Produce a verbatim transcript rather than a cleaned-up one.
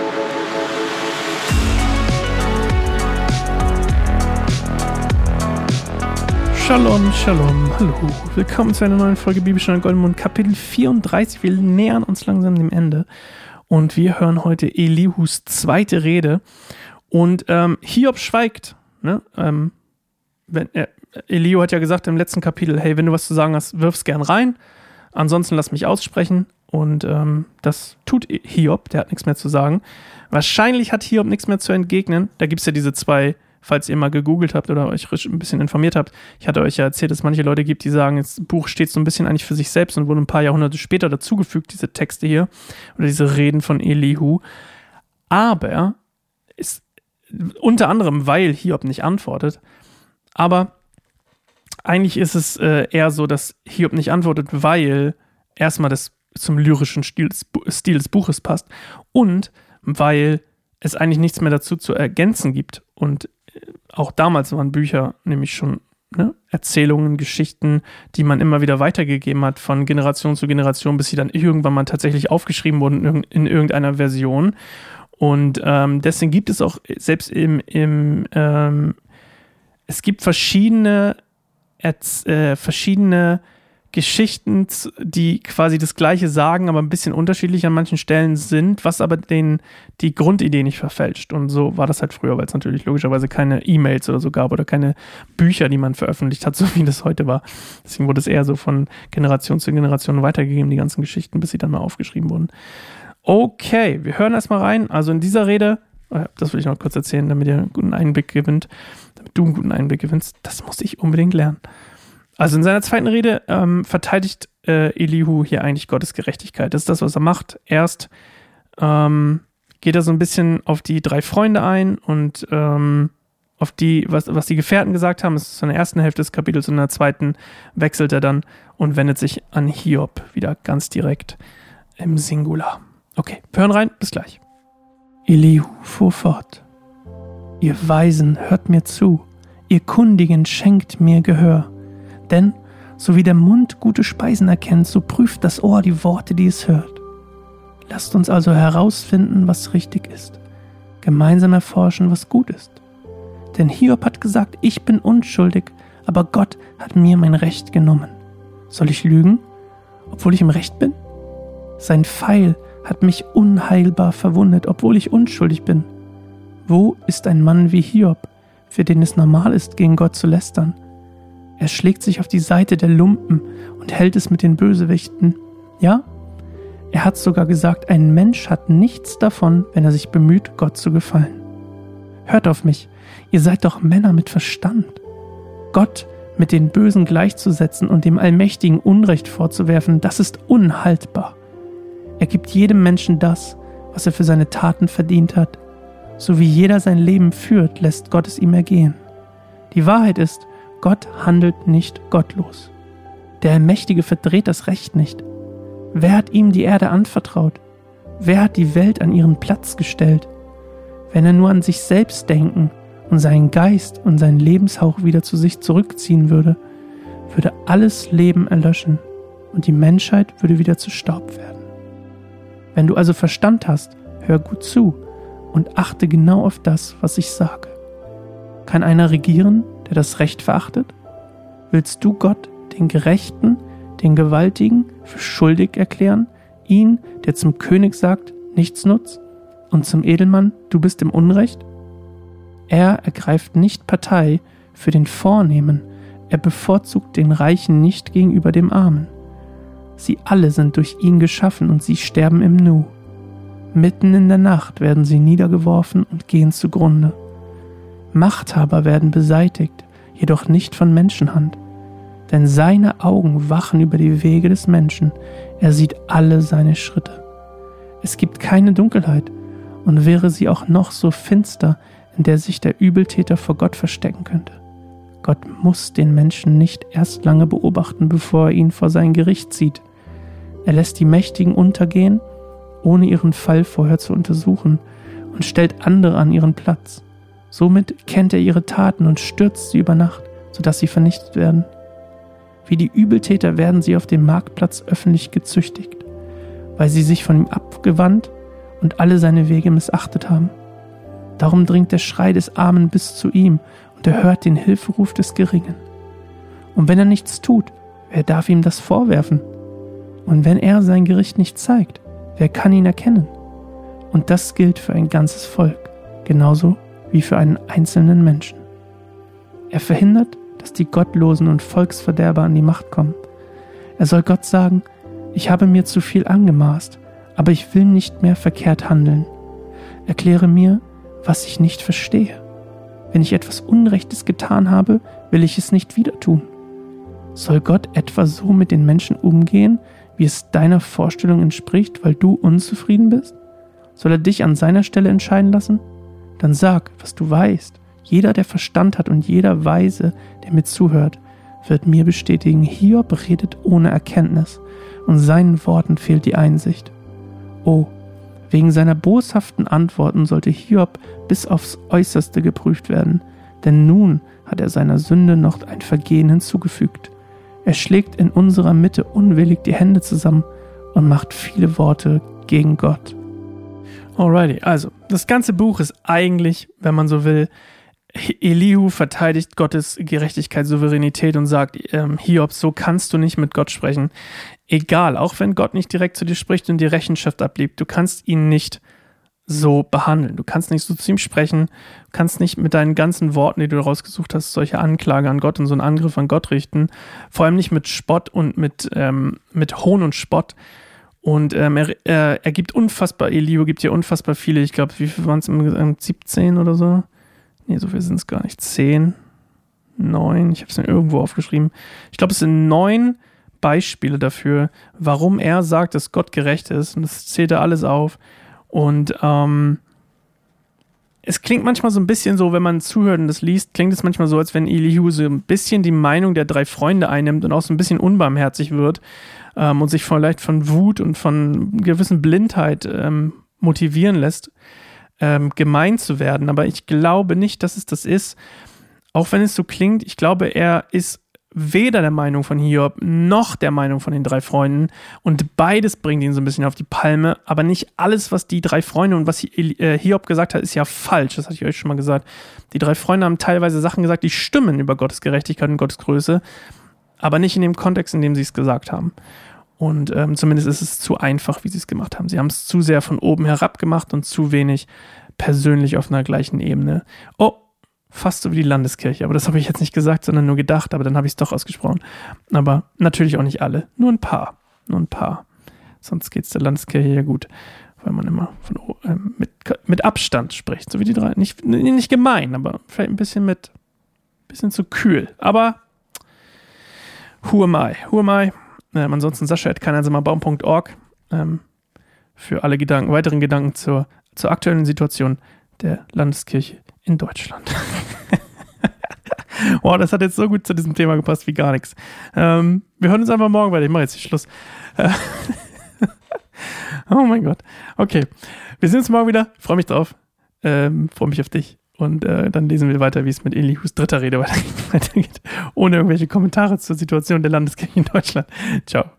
Shalom, Shalom, hallo, willkommen zu einer neuen Folge Bibelstunde Goldemund, Kapitel vierunddreißig. Wir nähern uns langsam dem Ende und wir hören heute Elihus zweite Rede. Und ähm, Hiob schweigt. Ne? Ähm, wenn, äh, Elihu hat ja gesagt im letzten Kapitel, hey, wenn du was zu sagen hast, wirf's gern rein, ansonsten lass mich aussprechen. Und ähm, das tut Hiob, der hat nichts mehr zu sagen. Wahrscheinlich hat Hiob nichts mehr zu entgegnen. Da gibt es ja diese zwei, falls ihr mal gegoogelt habt oder euch ein bisschen informiert habt. Ich hatte euch ja erzählt, dass es manche Leute gibt, die sagen, das Buch steht so ein bisschen eigentlich für sich selbst und wurde ein paar Jahrhunderte später dazugefügt, diese Texte hier oder diese Reden von Elihu. Aber ist unter anderem, weil Hiob nicht antwortet. Aber eigentlich ist es äh, eher so, dass Hiob nicht antwortet, weil erstmal das zum lyrischen Stil des, Stil des Buches passt und weil es eigentlich nichts mehr dazu zu ergänzen gibt. Und auch damals waren Bücher nämlich schon ne, Erzählungen, Geschichten, die man immer wieder weitergegeben hat von Generation zu Generation, bis sie dann irgendwann mal tatsächlich aufgeschrieben wurden in, in irgendeiner Version. Und ähm, deswegen gibt es auch selbst im, im ähm, es gibt verschiedene Erz- äh, verschiedene Geschichten, die quasi das Gleiche sagen, aber ein bisschen unterschiedlich an manchen Stellen sind, was aber den, die Grundidee nicht verfälscht. Und so war das halt früher, weil es natürlich logischerweise keine E-Mails oder so gab oder keine Bücher, die man veröffentlicht hat, so wie das heute war. Deswegen wurde es eher so von Generation zu Generation weitergegeben, die ganzen Geschichten, bis sie dann mal aufgeschrieben wurden. Okay, wir hören erstmal rein. Also in dieser Rede, das will ich noch kurz erzählen, damit ihr einen guten Einblick gewinnt, damit du einen guten Einblick gewinnst, das muss ich unbedingt lernen. Also in seiner zweiten Rede ähm, verteidigt äh, Elihu hier eigentlich Gottes Gerechtigkeit. Das ist das, was er macht. Erst ähm, geht er so ein bisschen auf die drei Freunde ein und ähm, auf die, was, was die Gefährten gesagt haben. Das ist in der ersten Hälfte des Kapitels und in der zweiten wechselt er dann und wendet sich an Hiob wieder ganz direkt im Singular. Okay, wir hören rein, bis gleich. Elihu fuhr fort. Ihr Weisen, hört mir zu, ihr Kundigen, schenkt mir Gehör. Denn, so wie der Mund gute Speisen erkennt, so prüft das Ohr die Worte, die es hört. Lasst uns also herausfinden, was richtig ist, gemeinsam erforschen, was gut ist. Denn Hiob hat gesagt, ich bin unschuldig, aber Gott hat mir mein Recht genommen. Soll ich lügen, obwohl ich im Recht bin? Sein Pfeil hat mich unheilbar verwundet, obwohl ich unschuldig bin. Wo ist ein Mann wie Hiob, für den es normal ist, gegen Gott zu lästern? Er schlägt sich auf die Seite der Lumpen und hält es mit den Bösewichten. Ja, er hat sogar gesagt, ein Mensch hat nichts davon, wenn er sich bemüht, Gott zu gefallen. Hört auf mich, ihr seid doch Männer mit Verstand. Gott mit den Bösen gleichzusetzen und dem Allmächtigen Unrecht vorzuwerfen, das ist unhaltbar. Er gibt jedem Menschen das, was er für seine Taten verdient hat. So wie jeder sein Leben führt, lässt Gott es ihm ergehen. Die Wahrheit ist, Gott handelt nicht gottlos. Der Allmächtige verdreht das Recht nicht. Wer hat ihm die Erde anvertraut? Wer hat die Welt an ihren Platz gestellt? Wenn er nur an sich selbst denken und seinen Geist und seinen Lebenshauch wieder zu sich zurückziehen würde, würde alles Leben erlöschen und die Menschheit würde wieder zu Staub werden. Wenn du also Verstand hast, hör gut zu und achte genau auf das, was ich sage. Kann einer regieren, der das Recht verachtet? Willst du Gott, den Gerechten, den Gewaltigen, für schuldig erklären, ihn, der zum König sagt, nichts nutzt, und zum Edelmann, du bist im Unrecht? Er ergreift nicht Partei für den Vornehmen, er bevorzugt den Reichen nicht gegenüber dem Armen. Sie alle sind durch ihn geschaffen und sie sterben im Nu. Mitten in der Nacht werden sie niedergeworfen und gehen zugrunde. Machthaber werden beseitigt, jedoch nicht von Menschenhand. Denn seine Augen wachen über die Wege des Menschen, er sieht alle seine Schritte. Es gibt keine Dunkelheit, und wäre sie auch noch so finster, in der sich der Übeltäter vor Gott verstecken könnte. Gott muss den Menschen nicht erst lange beobachten, bevor er ihn vor sein Gericht zieht. Er lässt die Mächtigen untergehen, ohne ihren Fall vorher zu untersuchen, und stellt andere an ihren Platz. Somit kennt er ihre Taten und stürzt sie über Nacht, sodass sie vernichtet werden. Wie die Übeltäter werden sie auf dem Marktplatz öffentlich gezüchtigt, weil sie sich von ihm abgewandt und alle seine Wege missachtet haben. Darum dringt der Schrei des Armen bis zu ihm und er hört den Hilferuf des Geringen. Und wenn er nichts tut, wer darf ihm das vorwerfen? Und wenn er sein Gericht nicht zeigt, wer kann ihn erkennen? Und das gilt für ein ganzes Volk, genauso wie für einen einzelnen Menschen. Er verhindert, dass die Gottlosen und Volksverderber an die Macht kommen. Er soll Gott sagen, ich habe mir zu viel angemaßt, aber ich will nicht mehr verkehrt handeln. Erkläre mir, was ich nicht verstehe. Wenn ich etwas Unrechtes getan habe, will ich es nicht wieder tun. Soll Gott etwa so mit den Menschen umgehen, wie es deiner Vorstellung entspricht, weil du unzufrieden bist? Soll er dich an seiner Stelle entscheiden lassen? Dann sag, was du weißt. Jeder, der Verstand hat und jeder Weise, der mir zuhört, wird mir bestätigen, Hiob redet ohne Erkenntnis und seinen Worten fehlt die Einsicht. Oh, wegen seiner boshaften Antworten sollte Hiob bis aufs Äußerste geprüft werden, denn nun hat er seiner Sünde noch ein Vergehen hinzugefügt. Er schlägt in unserer Mitte unwillig die Hände zusammen und macht viele Worte gegen Gott. Alrighty, also das ganze Buch ist eigentlich, wenn man so will, Elihu verteidigt Gottes Gerechtigkeit, Souveränität und sagt, ähm, Hiob, so kannst du nicht mit Gott sprechen. Egal, auch wenn Gott nicht direkt zu dir spricht und dir Rechenschaft ablegt, du kannst ihn nicht so behandeln. Du kannst nicht so zu ihm sprechen, du kannst nicht mit deinen ganzen Worten, die du rausgesucht hast, solche Anklage an Gott und so einen Angriff an Gott richten. Vor allem nicht mit Spott und mit, ähm, mit Hohn und Spott. Und ähm, er, er, er gibt unfassbar, Elihu gibt ja unfassbar viele, ich glaube, wie viel waren es im siebzehn oder so? Nee, so viel sind es gar nicht. zehn, neun, ich habe es mir irgendwo aufgeschrieben. Ich glaube, es sind neun Beispiele dafür, warum er sagt, dass Gott gerecht ist. Und das zählt er alles auf. Und ähm, es klingt manchmal so ein bisschen so, wenn man zuhört und das liest, klingt es manchmal so, als wenn Elihu so ein bisschen die Meinung der drei Freunde einnimmt und auch so ein bisschen unbarmherzig wird ähm, und sich vielleicht von Wut und von gewissen Blindheit ähm, motivieren lässt, ähm, gemein zu werden. Aber ich glaube nicht, dass es das ist. Auch wenn es so klingt, ich glaube, er ist weder der Meinung von Hiob noch der Meinung von den drei Freunden und beides bringt ihn so ein bisschen auf die Palme, aber nicht alles, was die drei Freunde und was Hiob gesagt hat, ist ja falsch, das hatte ich euch schon mal gesagt. Die drei Freunde haben teilweise Sachen gesagt, die stimmen über Gottes Gerechtigkeit und Gottes Größe, aber nicht in dem Kontext, in dem sie es gesagt haben. Und ähm, zumindest ist es zu einfach, wie sie es gemacht haben. Sie haben es zu sehr von oben herab gemacht und zu wenig persönlich auf einer gleichen Ebene. Oh, fast so wie die Landeskirche, aber das habe ich jetzt nicht gesagt, sondern nur gedacht, aber dann habe ich es doch ausgesprochen. Aber natürlich auch nicht alle, nur ein paar, nur ein paar. Sonst geht es der Landeskirche ja gut, weil man immer von, äh, mit, mit Abstand spricht, so wie die drei. Nicht, nicht gemein, aber vielleicht ein bisschen mit, bisschen zu kühl. Aber who am I? Who am I? Ähm, ansonsten Sascha at keineinsamerbaum punkt org ähm, für alle Gedanken, weiteren Gedanken zur, zur aktuellen Situation der Landeskirche in Deutschland. Wow, das hat jetzt so gut zu diesem Thema gepasst wie gar nichts. Ähm, wir hören uns einfach morgen weiter. Ich mache jetzt hier Schluss. Äh, oh mein Gott. Okay, wir sehen uns morgen wieder. Ich freue mich drauf. Ähm, freue mich auf dich. Und äh, dann lesen wir weiter, wie es mit Elihus dritter Rede weitergeht. Ohne irgendwelche Kommentare zur Situation der Landeskirche in Deutschland. Ciao.